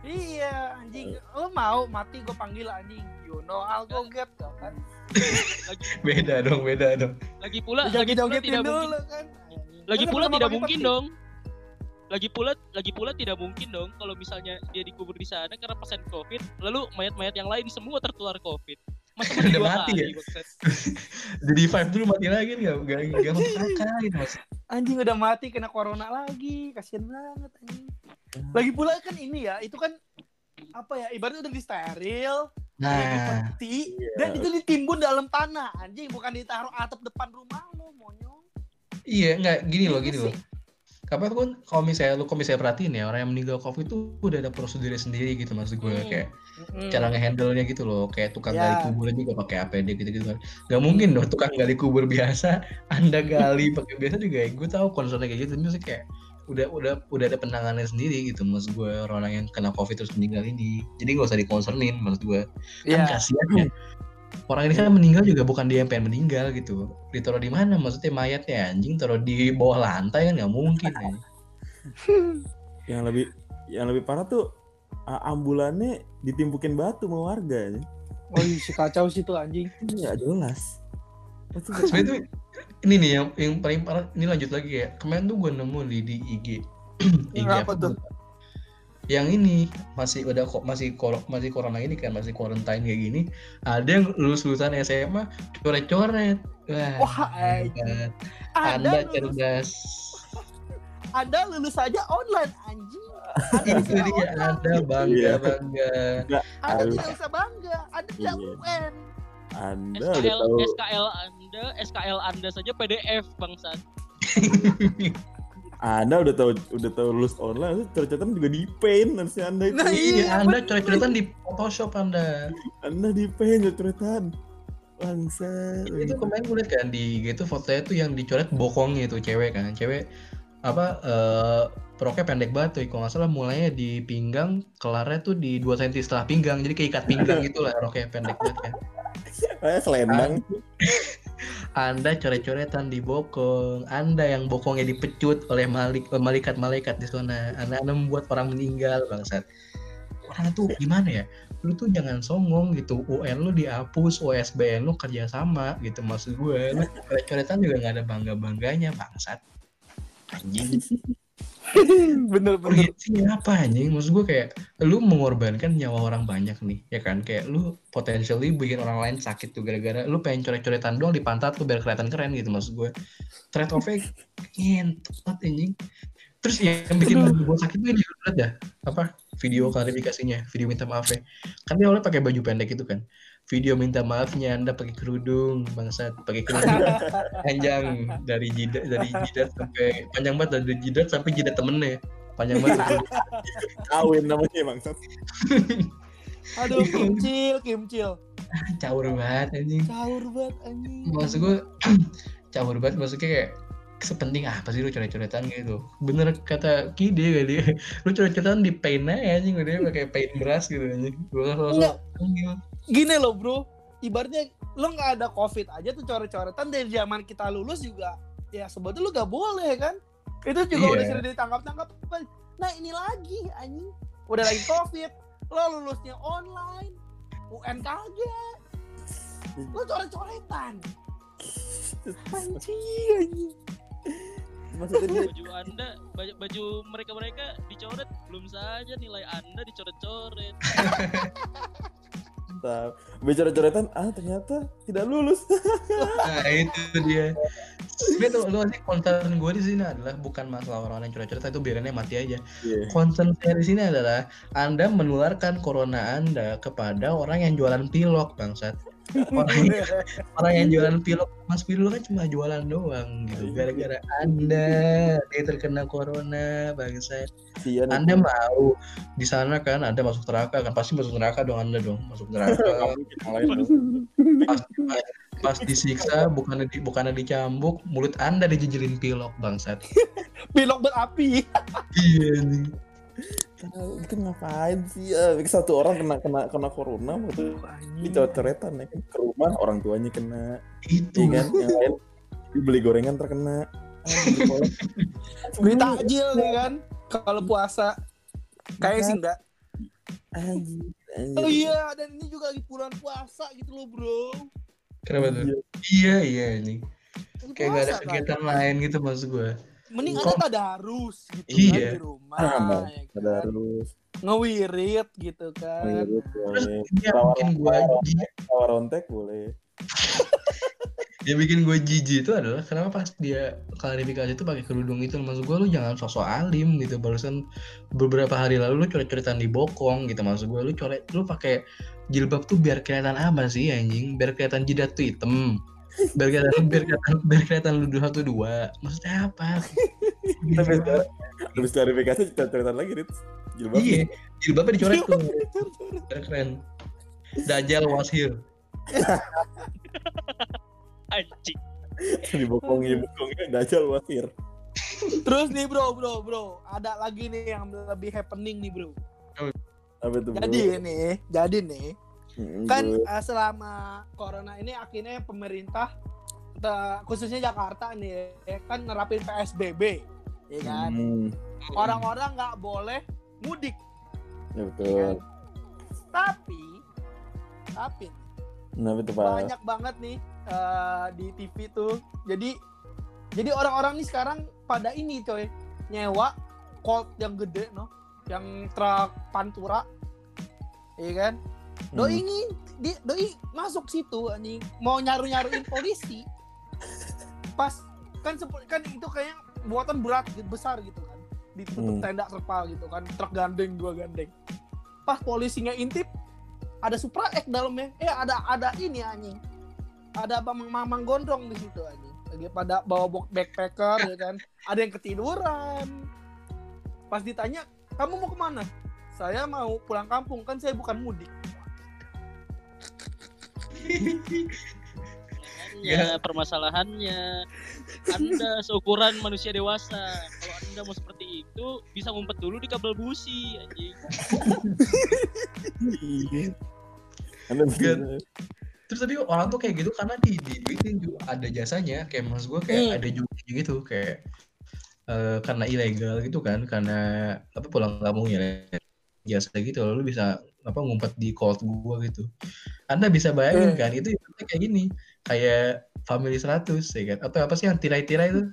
Iya anjing, lo mau mati gue panggil anjing, you know I'll go get kan. Lagi, Beda dong, beda dong. lagi pula, lagi pula Joget-jogetin tidak dulu mungkin. kan. Lagi Kan pula pertama tidak kali mungkin vaksin. dong. Lagi pula, lagi pula tidak mungkin dong kalau misalnya dia dikubur di sana karena pasien COVID, lalu mayat-mayat yang lain semua tertular COVID. Masa mati Udah dua mati kali, ya? maksud. Jadi five dulu mati lagi nggak nggak nggak masuk akal gitu mas. Anjing udah mati kena corona lagi, kasian banget anjing. Lagi pula kan ini ya, itu kan apa ya, ibaratnya udah disteril, udah Nah, dipeti, dan itu ditimbun dalam tanah, anjing, bukan ditaruh atap depan rumah lo, monyong. iya nggak gini loh Iya gini sih. loh. Kapan pun kalau misalnya lu kalau misalnya perhatiin ya orang yang meninggal COVID itu udah ada prosedurnya sendiri gitu maksud gue Hmm. kayak Mm-mm. cara ngehandle-nya gitu loh kayak tukang Ya. gali kubur juga pakai A P D gitu-gitu kan. Gak mungkin dong tukang gali kubur biasa Anda gali pakai biasa juga ya. Gue tahu concernnya kayak gitu maksudnya kayak udah udah udah ada penanganannya sendiri gitu maksud gue orang yang kena COVID terus meninggal ini. Jadi gak usah dikonsernin maksud gue. Kan Ya. kasihan ya. Orang ini kan meninggal juga bukan dia yang pengen meninggal gitu. Ditaruh di mana maksudnya mayatnya anjing taruh di bawah lantai kan nggak mungkin ya. Yang lebih yang lebih parah tuh a- ambulannya ditimpukin batu sama warga ya. Oh iya, si kacau sih tuh anjing. Ini nggak jelas. Itu Sebenarnya tuh ini nih yang yang paling parah ini lanjut lagi ya. Kemarin tuh gue nemu di di I G. I G Apa tuh? Yang ini masih udah kok masih kor- masih corona ini kan masih quarantine kayak gini. Ada yang lulus lulusan S M A coret-coret. Wah. Wah, hebat. Anda Anda lulus, cerdas. Anda lulus aja online anjing. Anda Itu tidak dia online. Anda bangga Iya. bangga. Anda Harus. tidak usah bangga. Anda tidak Iya. U N. Anda S K udah L tahu S K L Anda, S K L Anda saja P D F bangsat. Anda udah tahu udah tahu lulus online, coret-coretan juga di paint harusnya Anda itu. Nah, Iya, iya, Anda bener. coret-coretan di Photoshop Anda. Anda di paint coret-coretan. Bangsa. Itu kemarin gue liat kan di I G itu fotonya tuh yang dicoret bokongnya itu cewek kan. Cewek apa eh roknya pendek banget tuh. Kalau nggak salah mulainya di pinggang, kelarnya tuh di dua sentimeter setelah pinggang. Jadi keikat pinggang gitu lah roknya pendek banget kan. Kayak selendang. Anda coret-coretan di bokong, Anda yang bokongnya dipecut oleh malik, eh, malaikat-malaikat di sana. Anda, Anda membuat orang meninggal bangsat. Orang tuh gimana ya? Lu tuh jangan songong gitu. U N lu dihapus, U S B N lu kerja sama gitu maksud gue. Lu coret-coretan juga nggak ada bangga-bangganya bangsat. Anjing. Bener-bener. Urgensinya apa anjing? Maksud gue kayak lu mengorbankan nyawa orang banyak nih, ya kan? Kayak lu potentially bikin orang lain sakit tuh gara-gara lu pengen coret-coretan doang di pantat lu biar kelihatan keren gitu maksud gue. Trade off-nya ngentot anjing. Terus yang bikin gue sakit tuh ini lihat dah apa video klarifikasinya, video minta maafnya. Kan dia awalnya pakai baju pendek itu kan. Video minta maafnya Anda pakai kerudung, bangsat, pakai kerudung panjang dari jidat dari jidat sampai panjang banget dari jidat sampai jidat temennya. Panjang banget. Kawin namanya bangsat. Aduh, kimcil, kimcil. Caur banget anjing. Caur banget anjing. Maksud gue caur banget maksudnya kayak sepenting apa sih lu coret-coretan gitu. Bener kata Kide kali. Lu coret-coretan di paint aja anjing udah pakai paint brush gitu anjing. Gua Enggak. langsung Gini loh bro, ibaratnya lo nggak ada covid aja tuh coret-coretan dari zaman kita lulus juga ya sebetulnya lo gak boleh kan, itu juga Iya. udah sering ditangkap-tangkap. Nah ini lagi anjing udah lagi covid, lo lulusnya online, U N kagak, lo coret-coretan anjing anjing. Maksudnya dia Baju Anda, baju, baju mereka-mereka dicoret, belum saja nilai Anda dicoret-coret. tahu. Bicara-coretan, ah ternyata tidak lulus. Nah itu dia. Sebenarnya tuh lu sih concern gue di sini adalah bukan masalah orang yang coret-coret itu biarannya mati aja. Iya. Concern saya di sini adalah Anda menularkan corona Anda kepada orang yang jualan pilok bangsat. Orang, orang yang jualan pilok, Mas Pilok kan cuma jualan doang gitu. Gara-gara Anda dia terkena corona bangsat. Sian. Anda mau di sana kan Anda masuk neraka kan pasti masuk neraka dong Anda dong masuk neraka. Yang lain tuh. pas, pas disiksa bukan di, bukan dicambuk mulut Anda dijejelin pilok bangsat. Pilok berapi. Iya nih. Tahu itu ngapain sih? Ya, satu orang kena kena kena corona waktu itu coret-coretan ya kan ke rumah orang tuanya kena. Itu Iya kan? Yang lain beli gorengan terkena. Ah, beli kolak. Beli takjil nih kan kalau puasa. Kayaknya sih enggak. Anjir, anjir. Oh iya, dan ini juga lagi bulan puasa gitu loh bro. Kenapa tuh? Iya iya ini. Kayak gak ada Puasa, kan? kegiatan lain gitu maksud gue. Mending Kok- ada tadarus gitu Iya. kan di rumah. Ah, ya kan? ada harus Ngewirit gitu kan. ngirit Terus boleh. ini yang Tawar bikin gue jijik, tawar rontek boleh. yang bikin gue jijik itu adalah kenapa pas dia klarifikasi itu pakai kerudung itu, maksud gue lu jangan sosok alim gitu. Barusan beberapa hari lalu lu coret-coretan di bokong gitu, maksud gue lu coret lu pakai jilbab tuh biar kelihatan apa sih anjing? Biar kelihatan jidat tuh hitam. Biar kelihatan biar kelihatan biar kelihatan lu dua satu dua. Maksudnya apa? Habis habis klarifikasi cerita lagi Rit. Jilbab. Iya, jilbabnya dicoret tuh. Keren, keren. Dajjal was here. Anjing. Dibokongnya bokongnya dajal wasir. Terus nih bro, bro, bro, ada lagi nih yang lebih happening nih bro. Apa itu, Bro? Jadi nih, jadi nih, Hmm, kan bro. uh, selama corona ini akhirnya pemerintah te- khususnya Jakarta nih ya, kan nerapin P S B B, ya kan. Hmm, Orang-orang nggak boleh mudik, ya ya betul. kan? Tapi, tapi Kenapa itu, Pak? banyak banget nih uh, di T V tuh. Jadi, jadi orang-orang nih sekarang pada ini coy, nyewa Colt yang gede, no, yang truk Pantura, ya kan. Doi ini, di, doi masuk situ anjing, mau nyaru-nyaruin polisi. Pas kan sepe- kan itu kayak buatan berat gitu, besar gitu kan. Ditutup Hmm. tenda terpal gitu kan, truk gandeng dua gandeng. Pas polisinya intip, ada Supra X dalamnya. Eh ada ada ini anjing. Ada mamang-mamang gondrong di situ anjing. Lagi pada bawa box backpacker ya kan. Ada yang ketiduran. Pas ditanya, "Kamu mau kemana?" "Saya mau pulang kampung, kan saya bukan mudik." Ya, permasalahannya Anda seukuran manusia dewasa. Kalau Anda mau seperti itu, bisa ngumpet dulu di kabel busi anjing. Iya. Anda bisa. Gan- Terus tadi orang tuh kayak gitu karena di di duitin juga ada jasanya, kayak mas gue kayak Hmm. ada juga gitu kayak eh, karena ilegal gitu kan, karena apa pulang kampung ya jasa gitu, lalu bisa apa ngumpet di cold gue gitu. Anda bisa bayangin Eh. kan itu ibaratnya kayak gini, kayak family seratus ya kan, atau apa sih yang tirai-tirai itu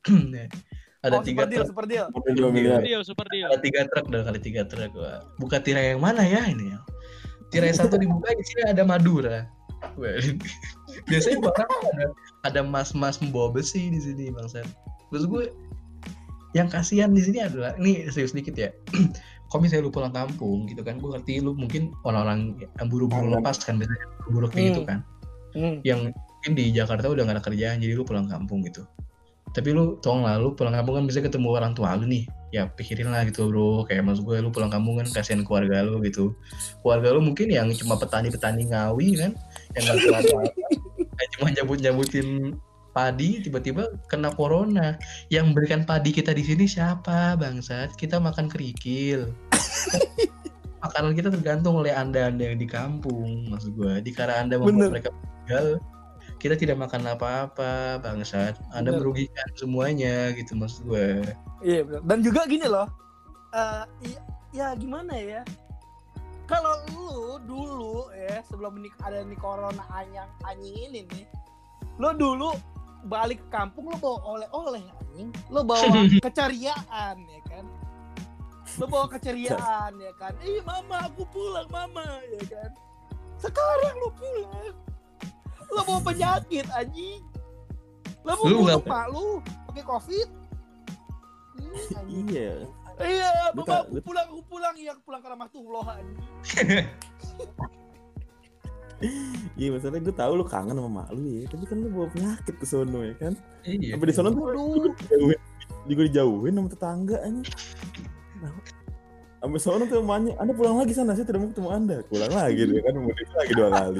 ada Oh, tiga super deal, truk, super deal. Mobil dua miliar. Deal, super deal. ada tiga truk dah kali tiga truk. Wah, buka tirai yang mana ya ini ya? Tirai satu dibuka di sini ada Madura. Wah, biasanya bahkan ada ada mas-mas membawa besi di sini bangsat. Terus gue yang kasihan di sini adalah ini serius dikit ya. Kalau misalnya lu pulang kampung gitu kan, gue ngerti lu mungkin orang-orang yang buru-buru lepas kan biasanya buru-buru kayak gitu kan. Hmm. Yang mungkin di Jakarta udah gak ada kerjaan jadi lu pulang kampung gitu. Tapi lu tolong lah, lu pulang kampung kan bisa ketemu orang tua lu nih. Ya pikirin lah gitu bro, kayak maksud gue lu pulang kampung kan kasihan keluarga lu gitu. Keluarga lu mungkin yang cuma petani-petani Ngawi kan, yang gak tahu apa-apa, yang cuma nyambut-nyambutin padi, tiba-tiba kena corona. Yang memberikan padi kita di sini siapa bangsat? Kita makan kerikil. Makanan kita tergantung oleh anda-anda yang di kampung, maksud gue. Di karena anda membuat Bener. mereka tinggal, kita tidak makan apa-apa bangsat. Anda Bener. merugikan semuanya gitu maksud gue. Iya benar. Dan juga gini loh, eh i- ya gimana ya? Kalau lu dulu ya sebelum nik- ada nih corona anyang anjing ini nih, lu dulu balik ke kampung lu bawa oleh-oleh anjing, lu bawa keceriaan ya kan, lu bawa keceriaan ya kan. Ih mama aku pulang mama ya kan. Sekarang lu pulang, lu bawa penyakit anjing. Lu mau Lu bunuh nggak- mak lu pakai covid. Ih, anjing. Iya. Iya, Lu mama tak- aku lu- pulang, aku pulang, iya aku pulang ke Rahmatullah anjing. Iya, masalahnya gue tahu lu kangen sama mak lu ya, tapi kan lu bawa penyakit ke sono ya kan. Iya. Sampai di sono tuh Aduh, dijauhin, juga dijauhin sama tetangga aja. Nah, sampai sono tuh emaknya, Anda pulang lagi sana, saya tidak mau ketemu Anda. Pulang lagi dia kan, mudik lagi dua kali.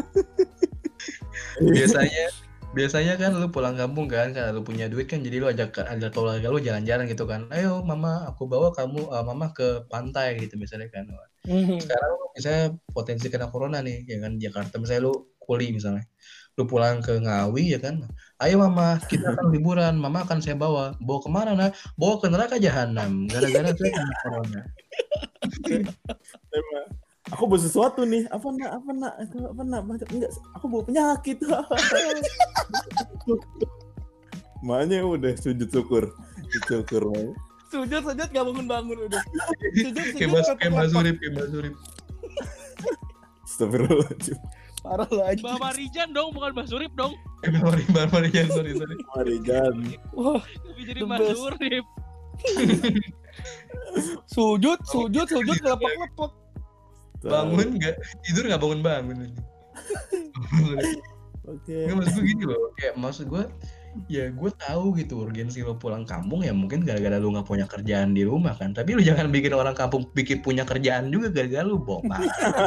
biasanya biasanya kan lu pulang kampung kan, karena lu punya duit kan, jadi lu ajak ajak keluarga lu jalan-jalan gitu kan. Ayo mama, aku bawa kamu eh, mama ke pantai gitu misalnya kan. Sekarang lu misalnya potensi kena corona nih, ya kan Jakarta misalnya lu kuli misalnya. Lu pulang ke Ngawi ya kan. Ayo mama, kita akan liburan, mama akan saya bawa. Bawa kemana nah? Bawa ke neraka jahanam gara-gara saya kena corona. Emang. Aku bawa sesuatu nih. Apa nak? Apa nak? Itu apa nak? Enggak, aku bawa penyakit. Makanya udah sujud syukur. Sujud syukur makanya. Sujud sujud gak bangun-bangun udah. Sujud Kayak sujud Mas klepek, kayak Mas klepek. Surip, kayak Mas Surip. Astagfirullahaladzim. Parah lu aja. Mbak Marijan dong, bukan Mbak Surip dong. Kayak Mas Surip, Mas Marijan, sorry sorry. Marijan. Wah, Tapi jadi The Mbak best. Surip. sujud sujud sujud klepek-klepek. Bangun nggak tidur nggak bangun bangun. Oke. Nggak, maksud gue gini loh, kayak maksud gue ya gue tahu gitu urgensi lo pulang kampung ya mungkin gara-gara lu nggak punya kerjaan di rumah kan, tapi lu jangan bikin orang kampung bikin punya kerjaan juga gara-gara lu bawa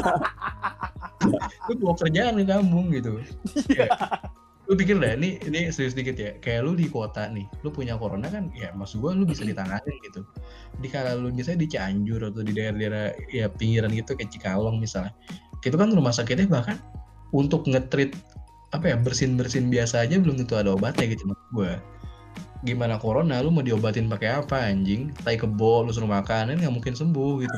lu bawa kerjaan ke kampung gitu. Kayak, lu pikir deh, ini ini serius dikit ya, kayak lu di kota nih, lu punya corona kan, ya maksud gue lu bisa ditanganin gitu. Di kala lu misalnya di Cianjur atau di daerah-daerah ya pinggiran gitu kayak Cikalong misalnya, itu kan rumah sakitnya bahkan untuk nge-treat apa ya bersin-bersin biasa aja belum tentu ada obatnya gitu maksud gue. Gimana corona lu mau diobatin pakai apa anjing? Tai kebo lu suruh makan kan nggak mungkin sembuh gitu.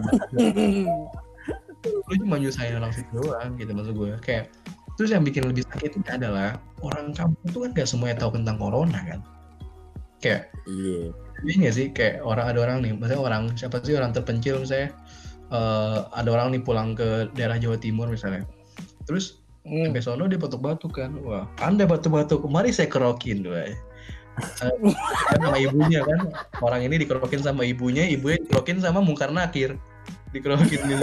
Lu cuma nyusahin orang situ doang gitu maksud gue. Kayak terus yang bikin lebih sakit itu adalah orang kampung tuh kan gak semuanya tahu tentang corona kan. Kayak Iya. ini nggak sih kayak orang ada orang nih, misalnya orang siapa sih orang terpencil misalnya uh, ada orang nih pulang ke daerah Jawa Timur misalnya, terus Hmm. sampai sono dia batuk-batuk kan, wah anda batuk-batuk, mari saya kerokin doa. Uh, kan sama ibunya kan, orang ini dikerokin sama ibunya, ibunya dikerokin sama Mungkar Nakir, dikerokin gitu.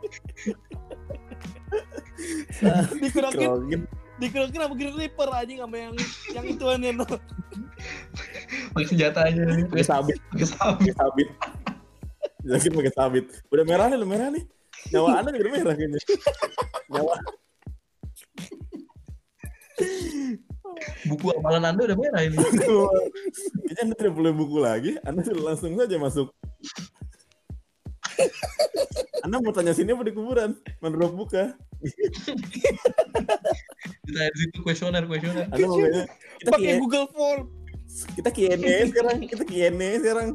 Dikerokin Kerokin. dikerokin sama Green Reaper anjing sama yang yang ituannya no. Pakai senjatanya nih, Pakai sabit. pakai sabit. Pakai sabit. Yakin pakai sabit. Udah merah nih, udah merah nih. Nyawa anda juga udah merah kayaknya. Nyawa. Buku amalan anda udah merah ini. Kayaknya anda tidak boleh buku lagi. Anda sudah langsung saja masuk. Anda mau tanya sini apa di kuburan? Menurut buka. Kita di situ kuesioner kuesioner. Anda mau nanya? Kita Pakai Q- Google Form. kita Q and A sekarang. Kita Q and A sekarang.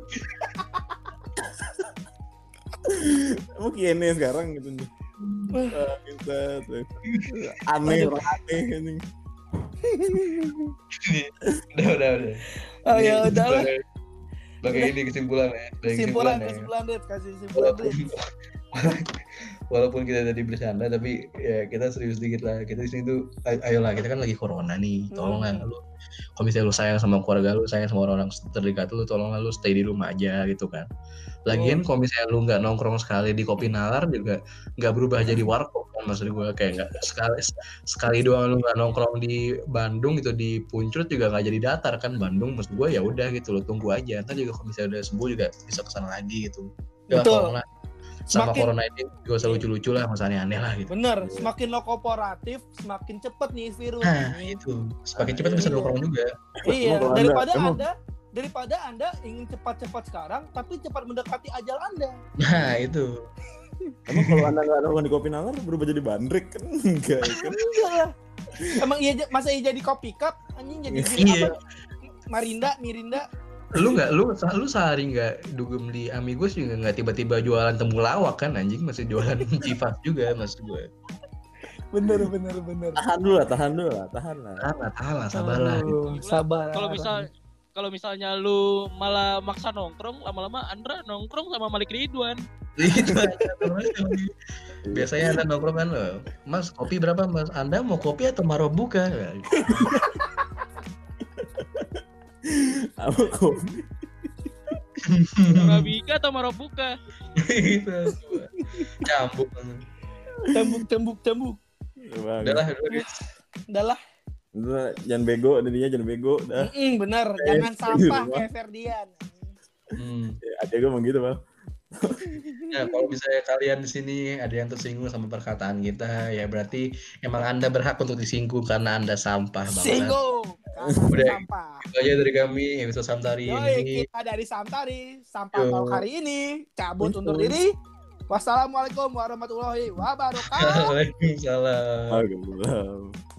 Mau Q and A sekarang gitu nih. Ah, kita tuh. Aneh, orang aneh ini. Udah udah udah. Ah ya udah lah. Sebagai ini kesimpulan ya. Sebagai Kesimpulan ya. kesimpulan deh, kasih kesimpulan deh. Walaupun kita tadi bercanda tapi ya kita serius dikit lah. Kita di sini tuh ay- ayolah kita kan lagi corona nih. Tolonglah lu kalau misalnya lu sayang sama keluarga lu, sayang sama orang-orang terdekat lu, tolonglah lu stay di rumah aja gitu kan. Lagian kalau misalnya lu nggak nongkrong sekali di Kopi Nalar juga nggak berubah jadi warkop kan, maksud gue kayak nggak sekali sekali doang lu nggak nongkrong di Bandung gitu, di Punclut juga nggak jadi datar kan Bandung, maksud gue ya udah gitu lo tunggu aja, ntar juga kalau misalnya udah sembuh juga bisa kesana lagi gitu. Ya, Betul. tolonglah. Sama Semakin- corona ini gak usah lucu-lucu lah, masa aneh-aneh lah gitu. Bener, semakin lo kooperatif, semakin cepet nih virus. Nah itu semakin cepat bisa nongkrong juga. Iya, Emang kalau daripada Anda- anda, daripada anda ingin cepat-cepat sekarang, tapi cepat mendekati ajal anda. Nah itu Emang kalau anda nggak nongkrong di Kopi Nalar berubah jadi bandrek kan? Enggak kan? Enggak lah. Emang iya j- masa iya jadi copy cup, anjing jadi Iya. gini apa? Marinda, Mirinda. lu nggak lu lu sehari nggak dugem di Amigos juga nggak tiba-tiba jualan temulawak kan anjing, masih jualan cifas juga maksud gue. Bener, bener, bener. Tahan dulu lah, tahan dulu lah, tahan lah. Tahan lah, tahan lah, sabarlah. Gitu. Aduh, sabar. Kalau misal kalau misalnya lu malah maksa nongkrong, lama-lama Andra nongkrong sama Malik Ridwan. Itu aja, biasanya anda nongkrong kan lo, mas kopi berapa mas? Anda mau kopi atau marobuka? Apa kopi? Arabica atau Marobuka? Gitu. Campur. Cambuk, cambuk, cambuk. Udah Udah lah, udah guys. Udah lah. Udah, jangan bego, dia jangan bego. Dah. Mm-mm, bener, jangan sampah kayak Ferdian. Hmm. Ya, ada gue emang gitu, Bang. Ya, kalau misalnya kalian di sini ada yang tersinggung sama perkataan kita, ya berarti emang anda berhak untuk disinggung karena anda sampah banget. Singgung. Udah. Sampah. Itu aja dari kami episode Samtari Yoi, ini. kita dari Samtari, sampah Yo. talk hari ini cabut Yo. undur diri. Wassalamualaikum warahmatullahi wabarakatuh. Waalaikumsalam. Waalaikumsalam.